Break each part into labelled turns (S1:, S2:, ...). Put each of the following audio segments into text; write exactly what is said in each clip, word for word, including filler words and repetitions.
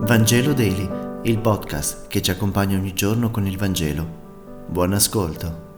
S1: Vangelo Daily, il podcast che ci accompagna ogni giorno con il Vangelo. Buon ascolto.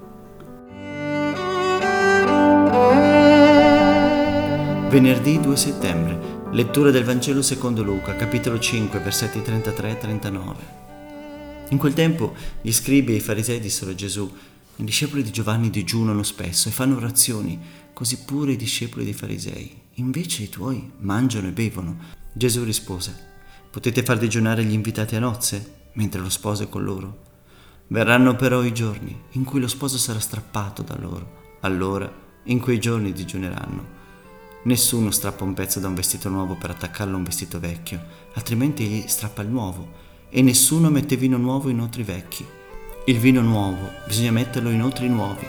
S1: Venerdì due settembre, lettura del Vangelo secondo Luca, capitolo cinque, versetti trentatré e trentanove. In quel tempo gli scribi e i farisei dissero a Gesù: i discepoli di Giovanni digiunano spesso e fanno orazioni, così pure i discepoli dei farisei. Invece i tuoi mangiano e bevono. Gesù rispose: potete far digiunare gli invitati a nozze, mentre lo sposo è con loro? Verranno però i giorni in cui lo sposo sarà strappato da loro. Allora, in quei giorni digiuneranno. Nessuno strappa un pezzo da un vestito nuovo per attaccarlo a un vestito vecchio, altrimenti egli strappa il nuovo. E nessuno mette vino nuovo in otri vecchi. Il vino nuovo bisogna metterlo in otri nuovi.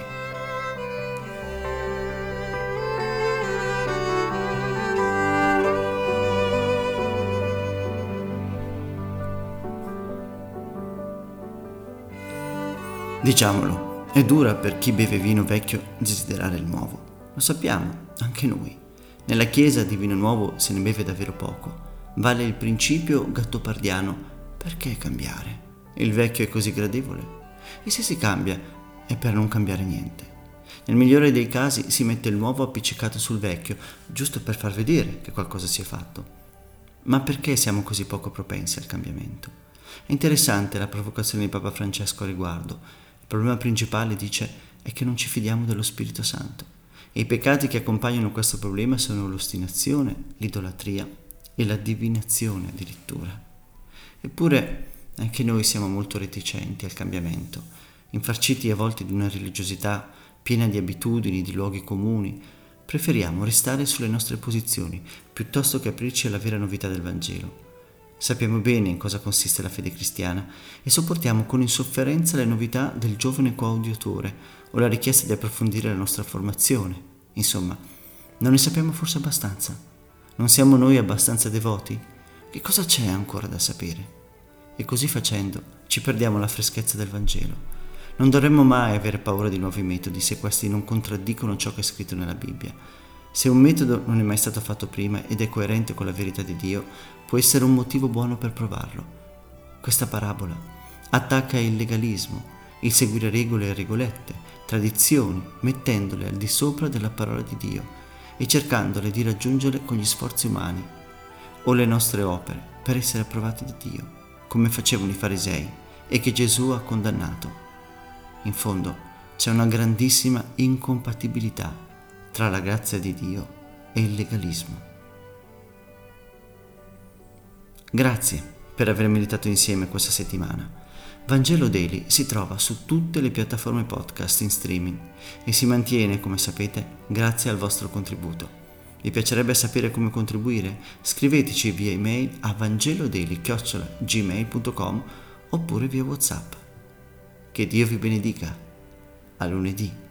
S1: Diciamolo, è dura per chi beve vino vecchio desiderare il nuovo. Lo sappiamo, anche noi. Nella chiesa di vino nuovo se ne beve davvero poco. Vale il principio gattopardiano: perché cambiare? Il vecchio è così gradevole. E se si cambia è per non cambiare niente. Nel migliore dei casi si mette il nuovo appiccicato sul vecchio, giusto per far vedere che qualcosa si è fatto. Ma perché siamo così poco propensi al cambiamento? È interessante la provocazione di Papa Francesco a riguardo. Il problema principale, dice, è che non ci fidiamo dello Spirito Santo. E i peccati che accompagnano questo problema sono l'ostinazione, l'idolatria e la divinazione addirittura. Eppure anche noi siamo molto reticenti al cambiamento, infarciti a volte di una religiosità piena di abitudini, di luoghi comuni. Preferiamo restare sulle nostre posizioni piuttosto che aprirci alla vera novità del Vangelo. Sappiamo bene in cosa consiste la fede cristiana e sopportiamo con insofferenza le novità del giovane coadiutore o la richiesta di approfondire la nostra formazione. Insomma, non ne sappiamo forse abbastanza? Non siamo noi abbastanza devoti? Che cosa c'è ancora da sapere? E così facendo ci perdiamo la freschezza del Vangelo. Non dovremmo mai avere paura di nuovi metodi se questi non contraddicono ciò che è scritto nella Bibbia. Se un metodo non è mai stato fatto prima ed è coerente con la verità di Dio, può essere un motivo buono per provarlo. Questa parabola attacca il legalismo, il seguire regole e regolette, tradizioni, mettendole al di sopra della parola di Dio e cercandole di raggiungere con gli sforzi umani o le nostre opere per essere approvati da Dio, come facevano i farisei e che Gesù ha condannato. In fondo c'è una grandissima incompatibilità tra la grazia di Dio e il legalismo. Grazie per aver meditato insieme questa settimana. Vangelo Daily si trova su tutte le piattaforme podcast in streaming e si mantiene, come sapete, grazie al vostro contributo. Vi piacerebbe sapere come contribuire? Scriveteci via email a vangelodaily chiocciola gmail punto com oppure via WhatsApp. Che Dio vi benedica. A lunedì.